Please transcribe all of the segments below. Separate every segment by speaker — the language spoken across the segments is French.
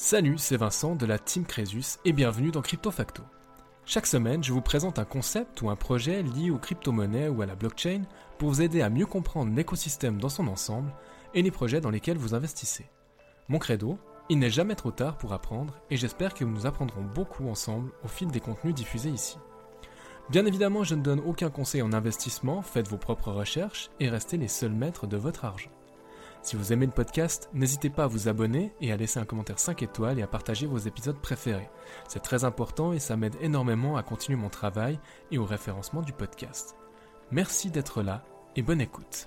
Speaker 1: Salut, c'est Vincent de la Team Crésus et bienvenue dans Crypto Facto. Chaque semaine, je vous présente un concept ou un projet lié aux crypto-monnaies ou à la blockchain pour vous aider à mieux comprendre l'écosystème dans son ensemble et les projets dans lesquels vous investissez. Mon credo, il n'est jamais trop tard pour apprendre et j'espère que nous apprendrons beaucoup ensemble au fil des contenus diffusés ici. Bien évidemment, je ne donne aucun conseil en investissement, faites vos propres recherches et restez les seuls maîtres de votre argent. Si vous aimez le podcast, n'hésitez pas à vous abonner et à laisser un commentaire 5 étoiles et à partager vos épisodes préférés. C'est très important et ça m'aide énormément à continuer mon travail et au référencement du podcast. Merci d'être là et bonne écoute.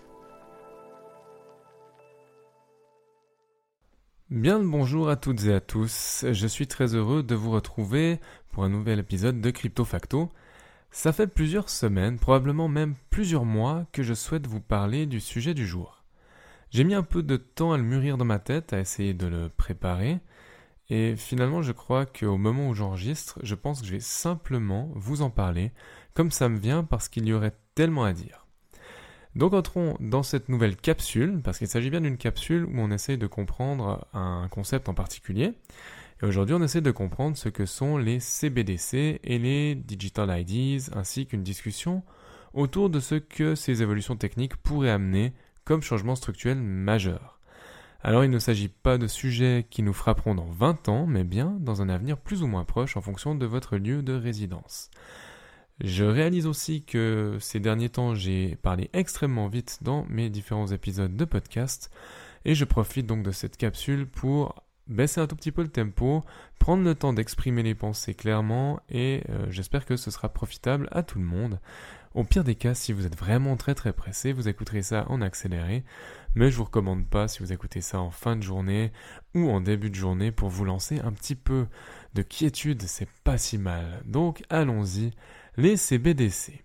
Speaker 1: Bien le bonjour à toutes et à tous, je suis très heureux de vous retrouver pour un nouvel épisode de Crypto Facto. Ça fait plusieurs semaines, probablement même plusieurs mois, que je souhaite vous parler du sujet du jour. J'ai mis un peu de temps à le mûrir dans ma tête, à essayer de le préparer, et finalement je crois qu'au moment où j'enregistre, je pense que je vais simplement vous en parler, comme ça me vient parce qu'il y aurait tellement à dire. Donc entrons dans cette nouvelle capsule, parce qu'il s'agit bien d'une capsule où on essaye de comprendre un concept en particulier, et aujourd'hui on essaie de comprendre ce que sont les CBDC et les Digital IDs, ainsi qu'une discussion autour de ce que ces évolutions techniques pourraient amener comme changement structurel majeur. Alors il ne s'agit pas de sujets qui nous frapperont dans 20 ans, mais bien dans un avenir plus ou moins proche en fonction de votre lieu de résidence. Je réalise aussi que ces derniers temps j'ai parlé extrêmement vite dans mes différents épisodes de podcast, et je profite donc de cette capsule pour baisser un tout petit peu le tempo, prendre le temps d'exprimer les pensées clairement, et j'espère que ce sera profitable à tout le monde. Au pire des cas, si vous êtes vraiment très pressé, vous écouterez ça en accéléré, mais je vous recommande pas si vous écoutez ça en fin de journée ou en début de journée pour vous lancer un petit peu de quiétude, c'est pas si mal. Donc allons-y, les CBDC.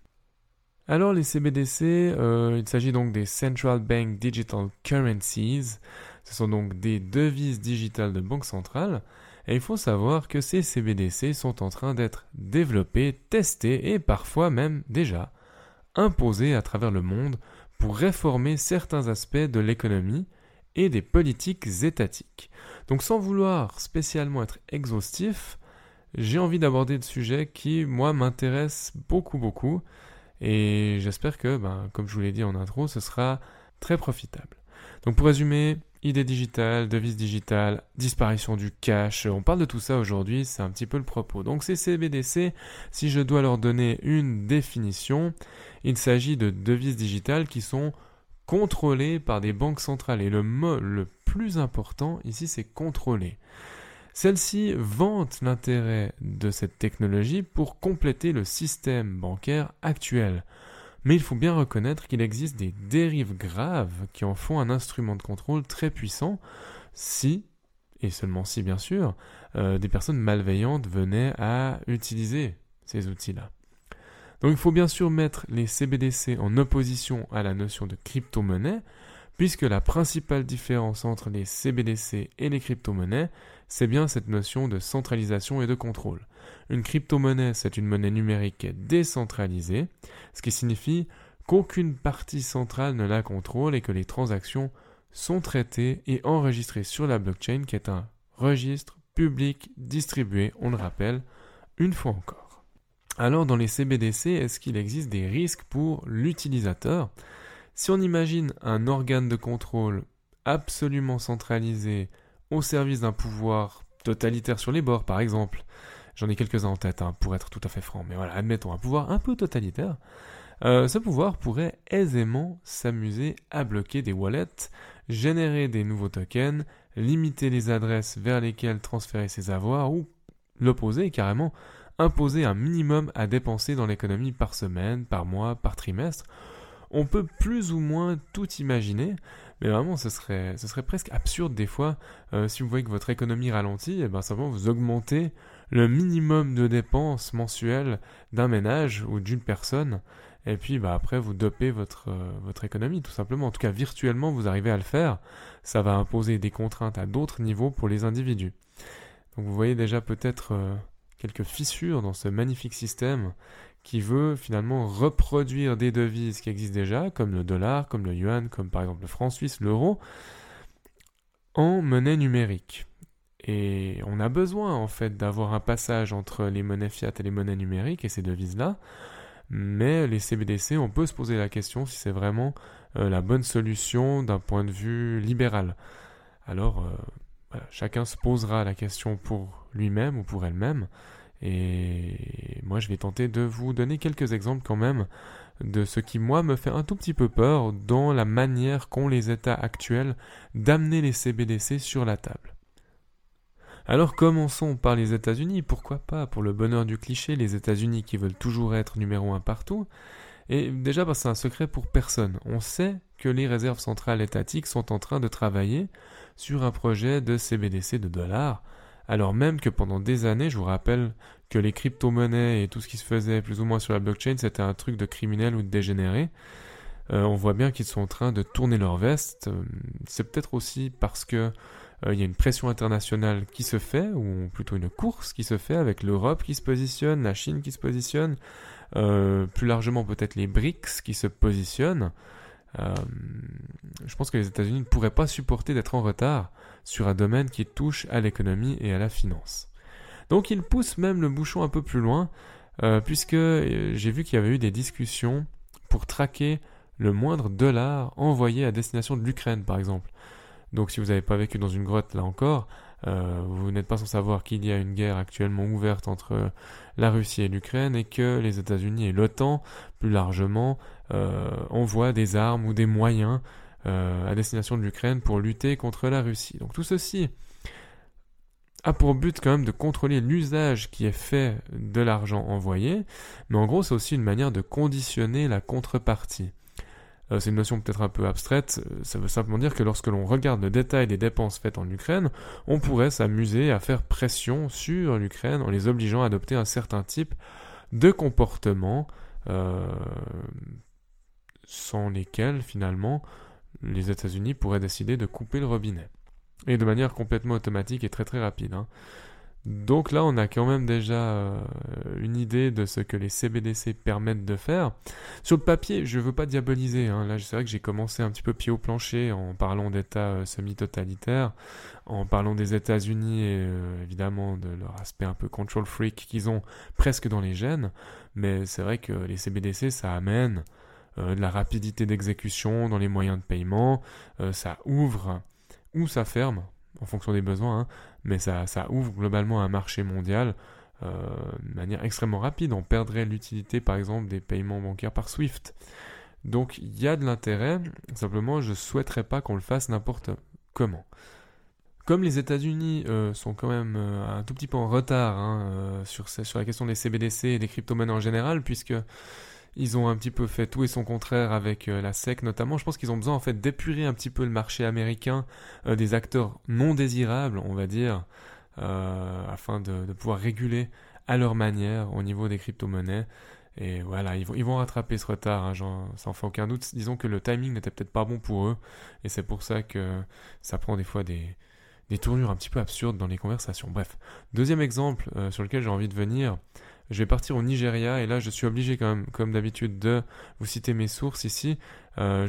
Speaker 1: Alors les CBDC, il s'agit donc des Central Bank Digital Currencies, ce sont donc des devises digitales de banque centrale, et il faut savoir que ces CBDC sont en train d'être développés, testés et parfois même déjà imposés à travers le monde pour réformer certains aspects de l'économie et des politiques étatiques. Donc sans vouloir spécialement être exhaustif, j'ai envie d'aborder le sujet qui, moi, m'intéresse beaucoup, et j'espère que, comme je vous l'ai dit en intro, ce sera très profitable. Donc pour résumer, idées digitales, devises digitales, disparition du cash, on parle de tout ça aujourd'hui, c'est un petit peu le propos. Donc ces CBDC, si je dois leur donner une définition, il s'agit de devises digitales qui sont contrôlées par des banques centrales. Et le mot le plus important ici, c'est contrôler. Celles-ci vantent l'intérêt de cette technologie pour compléter le système bancaire actuel. Mais il faut bien reconnaître qu'il existe des dérives graves qui en font un instrument de contrôle très puissant si, et seulement si bien sûr, des personnes malveillantes venaient à utiliser ces outils-là. Donc il faut bien sûr mettre les CBDC en opposition à la notion de crypto-monnaie, puisque la principale différence entre les CBDC et les crypto-monnaies, c'est bien cette notion de centralisation et de contrôle. Une crypto-monnaie, c'est une monnaie numérique décentralisée, ce qui signifie qu'aucune partie centrale ne la contrôle et que les transactions sont traitées et enregistrées sur la blockchain, qui est un registre public distribué, on le rappelle, une fois encore. Alors dans les CBDC, est-ce qu'il existe des risques pour l'utilisateur ? Si on imagine un organe de contrôle absolument centralisé au service d'un pouvoir totalitaire sur les bords, par exemple, j'en ai quelques-uns en tête pour être tout à fait franc, mais voilà, admettons un pouvoir un peu totalitaire, ce pouvoir pourrait aisément s'amuser à bloquer des wallets, générer des nouveaux tokens, limiter les adresses vers lesquelles transférer ses avoirs ou l'opposé carrément, imposer un minimum à dépenser dans l'économie par semaine, par mois, par trimestre. On peut plus ou moins tout imaginer, mais vraiment ce serait presque absurde des fois. Si vous voyez que votre économie ralentit, simplement vous augmentez le minimum de dépenses mensuelles d'un ménage ou d'une personne, et puis après vous dopez votre économie tout simplement. En tout cas virtuellement vous arrivez à le faire, ça va imposer des contraintes à d'autres niveaux pour les individus. Donc vous voyez déjà peut-être quelques fissures dans ce magnifique système qui veut finalement reproduire des devises qui existent déjà, comme le dollar, comme le yuan, comme par exemple le franc suisse, l'euro, en monnaie numérique. Et on a besoin en fait d'avoir un passage entre les monnaies fiat et les monnaies numériques et ces devises-là. Mais les CBDC, on peut se poser la question si c'est vraiment la bonne solution d'un point de vue libéral. Alors, voilà, chacun se posera la question pour lui-même ou pour elle-même. Et moi, je vais tenter de vous donner quelques exemples quand même de ce qui, moi, me fait un tout petit peu peur dans la manière qu'ont les États actuels d'amener les CBDC sur la table. Alors commençons par les États-Unis, pourquoi pas, pour le bonheur du cliché, les États-Unis qui veulent toujours être numéro 1 partout. Et déjà, c'est un secret pour personne. On sait que les réserves centrales étatiques sont en train de travailler sur un projet de CBDC de dollars, alors même que pendant des années, je vous rappelle que les crypto-monnaies et tout ce qui se faisait plus ou moins sur la blockchain, c'était un truc de criminel ou de dégénéré. On voit bien qu'ils sont en train de tourner leur veste. C'est peut-être aussi parce que il y a une pression internationale qui se fait, ou plutôt une course qui se fait avec l'Europe qui se positionne, la Chine qui se positionne, plus largement peut-être les BRICS qui se positionnent. Je pense que les États-Unis ne pourraient pas supporter d'être en retard sur un domaine qui touche à l'économie et à la finance. Donc ils poussent même le bouchon un peu plus loin, puisque j'ai vu qu'il y avait eu des discussions pour traquer le moindre dollar envoyé à destination de l'Ukraine, par exemple. Donc si vous n'avez pas vécu dans une grotte, là encore, vous n'êtes pas sans savoir qu'il y a une guerre actuellement ouverte entre la Russie et l'Ukraine et que les États-Unis et l'OTAN, plus largement, envoient des armes ou des moyens à destination de l'Ukraine pour lutter contre la Russie. Donc tout ceci a pour but quand même de contrôler l'usage qui est fait de l'argent envoyé, mais en gros c'est aussi une manière de conditionner la contrepartie. C'est une notion peut-être un peu abstraite, ça veut simplement dire que lorsque l'on regarde le détail des dépenses faites en Ukraine, on pourrait s'amuser à faire pression sur l'Ukraine en les obligeant à adopter un certain type de comportement sans lesquels finalement les États-Unis pourraient décider de couper le robinet. Et de manière complètement automatique et très très rapide. Donc là, on a quand même déjà une idée de ce que les CBDC permettent de faire. Sur le papier, je ne veux pas diaboliser. Là, c'est vrai que j'ai commencé un petit peu pied au plancher en parlant d'États semi-totalitaires, en parlant des États-Unis et évidemment de leur aspect un peu control freak qu'ils ont presque dans les gènes. Mais c'est vrai que les CBDC, ça amène de la rapidité d'exécution dans les moyens de paiement, ça ouvre ou ça ferme en fonction des besoins, mais ça ouvre globalement un marché mondial de manière extrêmement rapide. On perdrait l'utilité par exemple des paiements bancaires par SWIFT. Donc il y a de l'intérêt, simplement je ne souhaiterais pas qu'on le fasse n'importe comment. Comme les États-Unis sont quand même un tout petit peu en retard sur la question des CBDC et des crypto-monnaies en général, puisque ils ont un petit peu fait tout et son contraire avec la SEC notamment. Je pense qu'ils ont besoin en fait d'épurer un petit peu le marché américain des acteurs non désirables, on va dire, afin de pouvoir réguler à leur manière au niveau des crypto-monnaies. Et voilà, ils vont rattraper ce retard, ça en fait aucun doute. Disons que le timing n'était peut-être pas bon pour eux, et c'est pour ça que ça prend des fois des tournures un petit peu absurdes dans les conversations. Bref, deuxième exemple sur lequel j'ai envie de venir. Je vais partir au Nigeria et là je suis obligé quand même, comme d'habitude, de vous citer mes sources ici. Je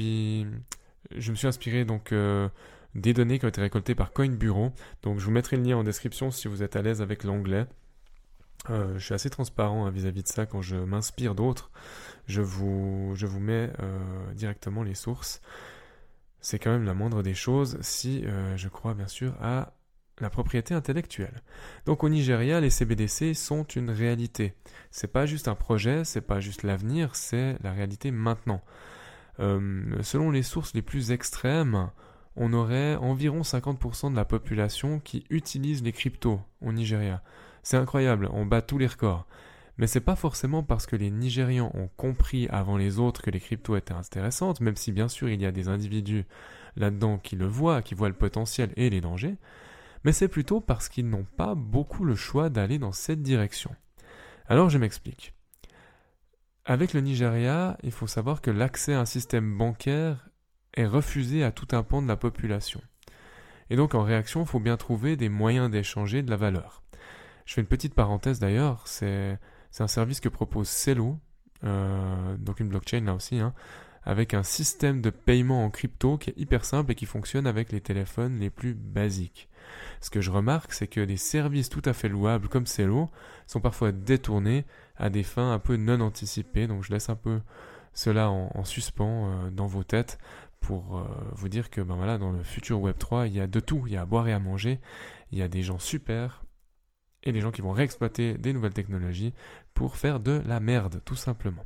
Speaker 1: me suis inspiré donc des données qui ont été récoltées par Coinbureau. Donc je vous mettrai le lien en description si vous êtes à l'aise avec l'anglais. Je suis assez transparent vis-à-vis de ça quand je m'inspire d'autres. Je vous mets directement les sources. C'est quand même la moindre des choses si je crois bien sûr à la propriété intellectuelle. Donc au Nigeria, les CBDC sont une réalité. C'est pas juste un projet, c'est pas juste l'avenir, c'est la réalité maintenant. Selon les sources les plus extrêmes, on aurait environ 50% de la population qui utilise les cryptos au Nigeria. C'est incroyable, on bat tous les records. Mais c'est pas forcément parce que les Nigérians ont compris avant les autres que les cryptos étaient intéressantes, même si bien sûr il y a des individus là-dedans qui le voient, qui voient le potentiel et les dangers, mais c'est plutôt parce qu'ils n'ont pas beaucoup le choix d'aller dans cette direction. Alors je m'explique. Avec le Nigeria, il faut savoir que l'accès à un système bancaire est refusé à tout un pan de la population. Et donc en réaction, il faut bien trouver des moyens d'échanger de la valeur. Je fais une petite parenthèse d'ailleurs, c'est un service que propose Celo, donc une blockchain là aussi, avec un système de paiement en crypto qui est hyper simple et qui fonctionne avec les téléphones les plus basiques. ce que je remarque, c'est que des services tout à fait louables comme Cello sont parfois détournés à des fins un peu non anticipées. Donc je laisse un peu cela en suspens dans vos têtes pour vous dire que voilà, dans le futur Web3, il y a de tout, il y a à boire et à manger, il y a des gens super et des gens qui vont réexploiter des nouvelles technologies pour faire de la merde, tout simplement.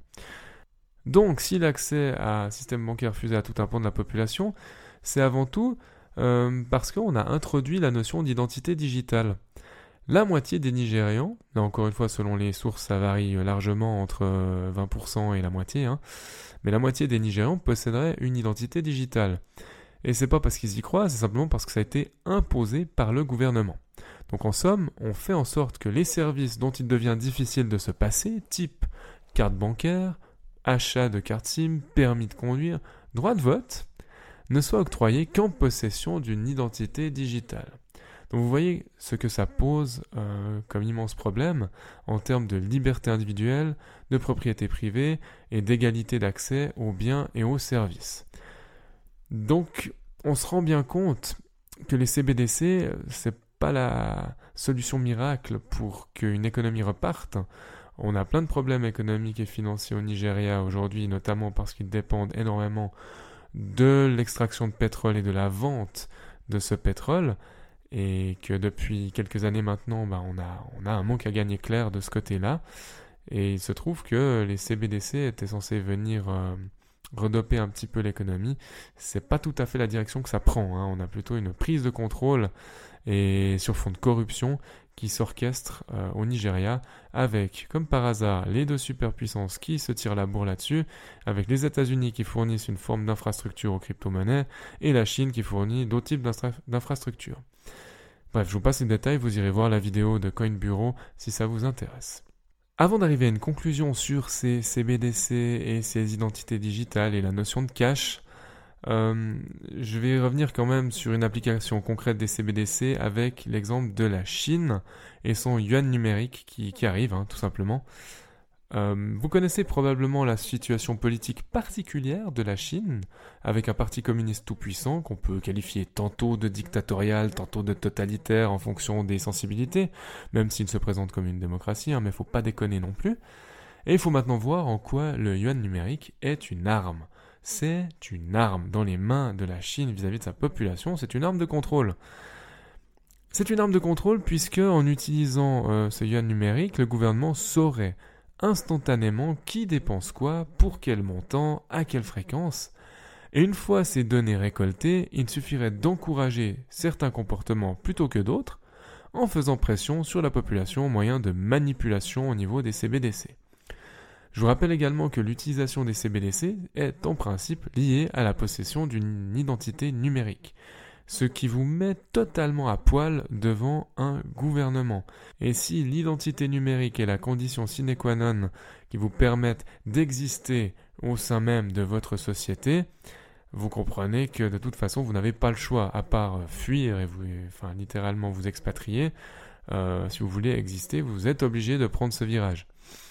Speaker 1: Donc, si l'accès à un système bancaire refusé à tout un pan de la population, c'est avant tout parce qu'on a introduit la notion d'identité digitale. La moitié des Nigérians, là encore une fois selon les sources ça varie largement entre 20% et la moitié, mais la moitié des Nigérians posséderaient une identité digitale. Et c'est pas parce qu'ils y croient, c'est simplement parce que ça a été imposé par le gouvernement. Donc en somme, on fait en sorte que les services dont il devient difficile de se passer, type carte bancaire, achat de carte SIM, permis de conduire, droit de vote, ne soient octroyés qu'en possession d'une identité digitale. Donc vous voyez ce que ça pose comme immense problème en termes de liberté individuelle, de propriété privée et d'égalité d'accès aux biens et aux services. Donc on se rend bien compte que les CBDC, c'est pas la solution miracle pour qu'une économie reparte. On a plein de problèmes économiques et financiers au Nigeria aujourd'hui, notamment parce qu'ils dépendent énormément de l'extraction de pétrole et de la vente de ce pétrole, et que depuis quelques années maintenant, on a un manque à gagner clair de ce côté-là. Et il se trouve que les CBDC étaient censés venir redoper un petit peu l'économie. C'est pas tout à fait la direction que ça prend. On a plutôt une prise de contrôle et sur fond de corruption qui s'orchestre au Nigeria avec, comme par hasard, les deux superpuissances qui se tirent la bourre là-dessus, avec les États-Unis qui fournissent une forme d'infrastructure aux crypto-monnaies et la Chine qui fournit d'autres types d'infrastructures. Bref, je vous passe les détails, vous irez voir la vidéo de Coin Bureau si ça vous intéresse. Avant d'arriver à une conclusion sur ces CBDC et ces identités digitales et la notion de cash, je vais revenir quand même sur une application concrète des CBDC avec l'exemple de la Chine et son yuan numérique qui arrive, tout simplement. Vous connaissez probablement la situation politique particulière de la Chine, avec un parti communiste tout-puissant qu'on peut qualifier tantôt de dictatorial, tantôt de totalitaire en fonction des sensibilités, même s'il se présente comme une démocratie, mais il ne faut pas déconner non plus. Et il faut maintenant voir en quoi le yuan numérique est une arme. C'est une arme dans les mains de la Chine vis-à-vis de sa population, c'est une arme de contrôle. C'est une arme de contrôle puisque en utilisant ce yuan numérique, le gouvernement saurait instantanément qui dépense quoi, pour quel montant, à quelle fréquence. Et une fois ces données récoltées, il suffirait d'encourager certains comportements plutôt que d'autres en faisant pression sur la population au moyen de manipulation au niveau des CBDC. Je vous rappelle également que l'utilisation des CBDC est en principe liée à la possession d'une identité numérique, ce qui vous met totalement à poil devant un gouvernement. Et si l'identité numérique est la condition sine qua non qui vous permette d'exister au sein même de votre société, vous comprenez que de toute façon vous n'avez pas le choix à part fuir et littéralement vous expatrier. Si vous voulez exister, vous êtes obligé de prendre ce virage.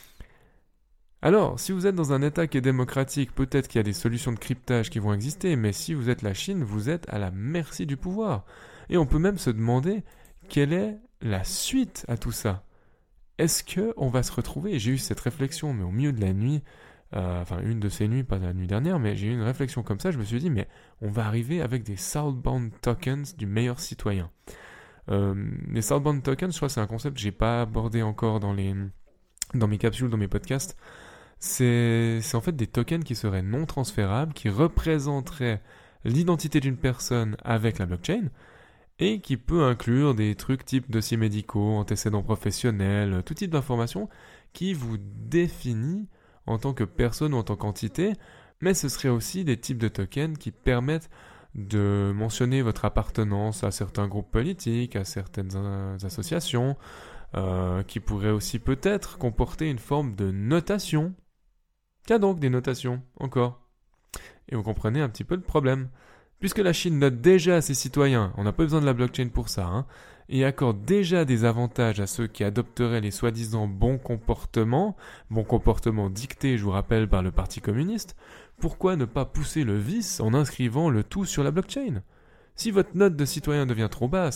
Speaker 1: Alors, si vous êtes dans un État qui est démocratique, peut-être qu'il y a des solutions de cryptage qui vont exister, mais si vous êtes la Chine, vous êtes à la merci du pouvoir. Et on peut même se demander quelle est la suite à tout ça. Est-ce qu'on va se retrouver, et j'ai eu cette réflexion, mais au milieu de la nuit, une de ces nuits, pas la nuit dernière, mais j'ai eu une réflexion comme ça, je me suis dit, mais on va arriver avec des Southbound Tokens du meilleur citoyen. Les Southbound Tokens, je crois que c'est un concept que j'ai pas abordé encore dans mes capsules, dans mes podcasts. C'est en fait des tokens qui seraient non transférables, qui représenteraient l'identité d'une personne avec la blockchain, et qui peut inclure des trucs type dossiers médicaux, antécédents professionnels, tout type d'informations qui vous définit en tant que personne ou en tant qu'entité, mais ce serait aussi des types de tokens qui permettent de mentionner votre appartenance à certains groupes politiques, à certaines associations, qui pourraient aussi peut-être comporter une forme de notation. Tiens donc, des notations, encore. Et vous comprenez un petit peu le problème. Puisque la Chine note déjà à ses citoyens, on n'a pas besoin de la blockchain pour ça, et accorde déjà des avantages à ceux qui adopteraient les soi-disant bons comportements dictés, je vous rappelle, par le Parti communiste, pourquoi ne pas pousser le vice en inscrivant le tout sur la blockchain ? Si votre note de citoyen devient trop basse,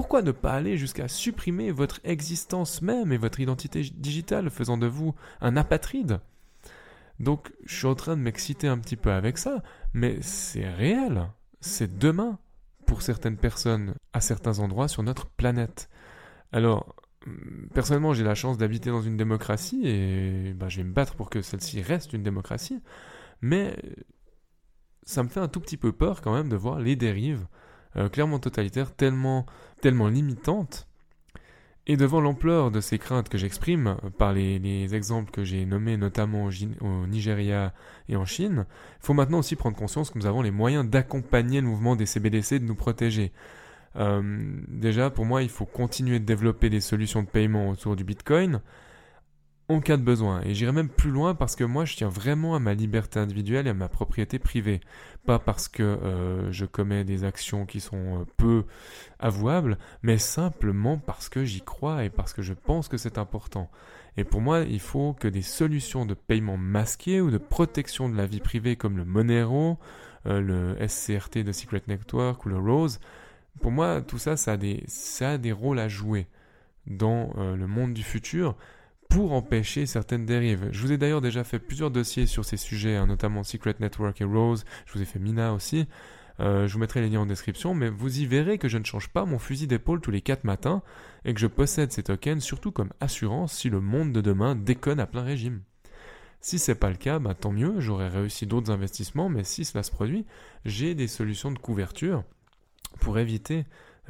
Speaker 1: pourquoi ne pas aller jusqu'à supprimer votre existence même et votre identité digitale, faisant de vous un apatride? Donc, je suis en train de m'exciter un petit peu avec ça, mais c'est réel. C'est demain pour certaines personnes, à certains endroits sur notre planète. Alors, personnellement, j'ai la chance d'habiter dans une démocratie et je vais me battre pour que celle-ci reste une démocratie, mais ça me fait un tout petit peu peur quand même de voir les dérives clairement totalitaires, tellement limitantes. Et devant l'ampleur de ces craintes que j'exprime, par les exemples que j'ai nommés notamment au Nigeria et en Chine, il faut maintenant aussi prendre conscience que nous avons les moyens d'accompagner le mouvement des CBDC et de nous protéger. Déjà, pour moi, il faut continuer de développer des solutions de paiement autour du Bitcoin en cas de besoin. Et j'irai même plus loin parce que moi, je tiens vraiment à ma liberté individuelle et à ma propriété privée. Pas parce que je commets des actions qui sont peu avouables, mais simplement parce que j'y crois et parce que je pense que c'est important. Et pour moi, il faut que des solutions de paiement masqué ou de protection de la vie privée comme le Monero, le SCRT de Secret Network ou le Rose, pour moi, tout ça, ça a des rôles à jouer dans le monde du futur pour empêcher certaines dérives. Je vous ai d'ailleurs déjà fait plusieurs dossiers sur ces sujets, notamment Secret Network et Rose. Je vous ai fait Mina aussi. Je vous mettrai les liens en description, mais vous y verrez que je ne change pas mon fusil d'épaule tous les 4 matins et que je possède ces tokens surtout comme assurance si le monde de demain déconne à plein régime. Si c'est pas le cas, tant mieux, j'aurai réussi d'autres investissements, mais si cela se produit, j'ai des solutions de couverture pour éviter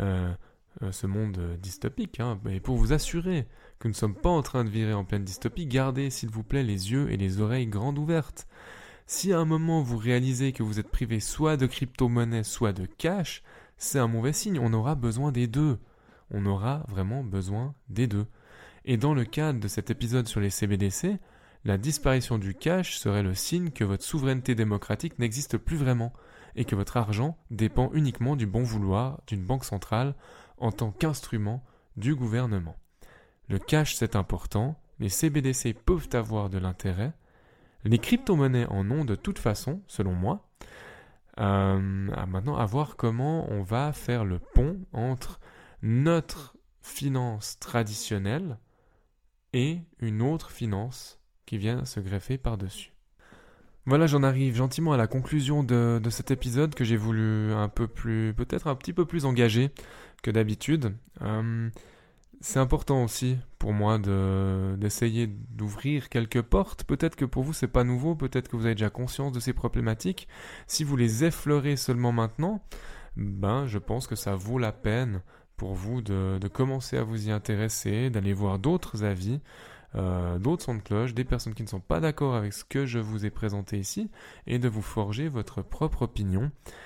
Speaker 1: ce monde dystopique, et pour vous assurer que nous ne sommes pas en train de virer en pleine dystopie, gardez s'il vous plaît les yeux et les oreilles grandes ouvertes. Si à un moment vous réalisez que vous êtes privé soit de crypto-monnaie, soit de cash, c'est un mauvais signe, on aura besoin des deux. On aura vraiment besoin des deux. Et dans le cadre de cet épisode sur les CBDC, la disparition du cash serait le signe que votre souveraineté démocratique n'existe plus vraiment et que votre argent dépend uniquement du bon vouloir d'une banque centrale en tant qu'instrument du gouvernement. Le cash, c'est important, les CBDC peuvent avoir de l'intérêt, les crypto-monnaies en ont de toute façon, selon moi. Maintenant, à voir comment on va faire le pont entre notre finance traditionnelle et une autre finance qui vient se greffer par-dessus. Voilà, j'en arrive gentiment à la conclusion de cet épisode que j'ai voulu peut-être un petit peu plus engagé que d'habitude. C'est important aussi pour moi d'essayer d'ouvrir quelques portes. Peut-être que pour vous c'est pas nouveau, peut-être que vous avez déjà conscience de ces problématiques. Si vous les effleurez seulement maintenant, je pense que ça vaut la peine pour vous de commencer à vous y intéresser, d'aller voir d'autres avis, d'autres sons de cloche, des personnes qui ne sont pas d'accord avec ce que je vous ai présenté ici, et de vous forger votre propre opinion.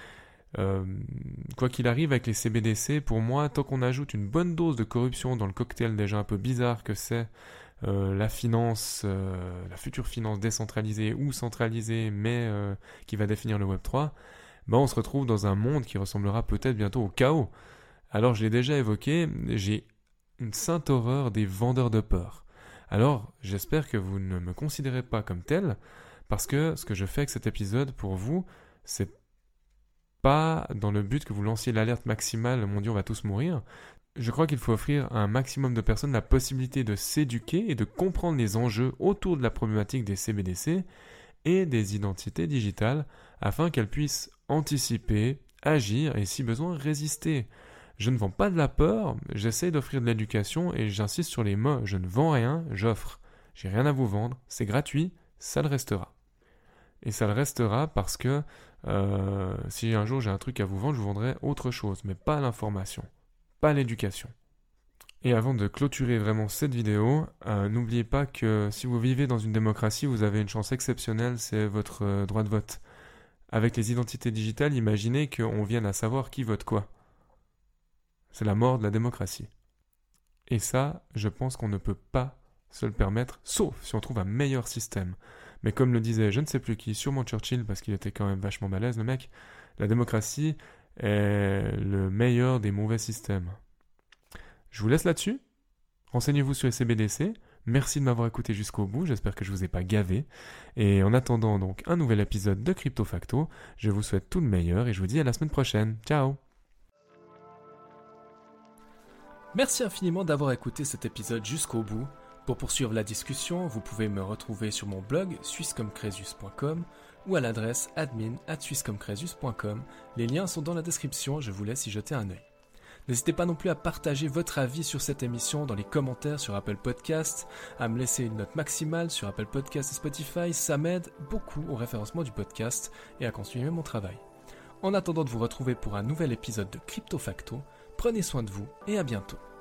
Speaker 1: Quoi qu'il arrive avec les CBDC, pour moi, tant qu'on ajoute une bonne dose de corruption dans le cocktail déjà un peu bizarre que c'est la future finance décentralisée ou centralisée, mais qui va définir le Web3, on se retrouve dans un monde qui ressemblera peut-être bientôt au chaos. Alors, je l'ai déjà évoqué, j'ai une sainte horreur des vendeurs de peur. Alors, j'espère que vous ne me considérez pas comme tel, parce que ce que je fais avec cet épisode pour vous, c'est pas dans le but que vous lanciez l'alerte maximale « Mon Dieu, on va tous mourir ». Je crois qu'il faut offrir à un maximum de personnes la possibilité de s'éduquer et de comprendre les enjeux autour de la problématique des CBDC et des identités digitales afin qu'elles puissent anticiper, agir et si besoin résister. Je ne vends pas de la peur, j'essaie d'offrir de l'éducation et j'insiste sur les mots « je ne vends rien, j'offre ». J'ai rien à vous vendre, c'est gratuit, ça le restera. Et ça le restera parce que si un jour j'ai un truc à vous vendre, je vous vendrai autre chose, mais pas l'information, pas l'éducation. Et avant de clôturer vraiment cette vidéo, n'oubliez pas que si vous vivez dans une démocratie, vous avez une chance exceptionnelle, c'est votre droit de vote. Avec les identités digitales, imaginez qu'on vienne à savoir qui vote quoi. C'est la mort de la démocratie. Et ça, je pense qu'on ne peut pas se le permettre, sauf si on trouve un meilleur système. Mais comme le disait je ne sais plus qui, sûrement Churchill, parce qu'il était quand même vachement balèze le mec, la démocratie est le meilleur des mauvais systèmes. Je vous laisse là-dessus. Renseignez-vous sur les CBDC. Merci de m'avoir écouté jusqu'au bout, j'espère que je ne vous ai pas gavé. Et en attendant donc un nouvel épisode de Crypto Facto, je vous souhaite tout le meilleur et je vous dis à la semaine prochaine. Ciao! Merci infiniment d'avoir écouté cet épisode jusqu'au bout. Pour poursuivre la discussion, vous pouvez me retrouver sur mon blog swisscomcresus.com ou à l'adresse admin@swisscomcresus.com. Les liens sont dans la description, je vous laisse y jeter un œil. N'hésitez pas non plus à partager votre avis sur cette émission dans les commentaires sur Apple Podcasts, à me laisser une note maximale sur Apple Podcasts et Spotify, ça m'aide beaucoup au référencement du podcast et à continuer mon travail. En attendant de vous retrouver pour un nouvel épisode de Crypto Facto, prenez soin de vous et à bientôt.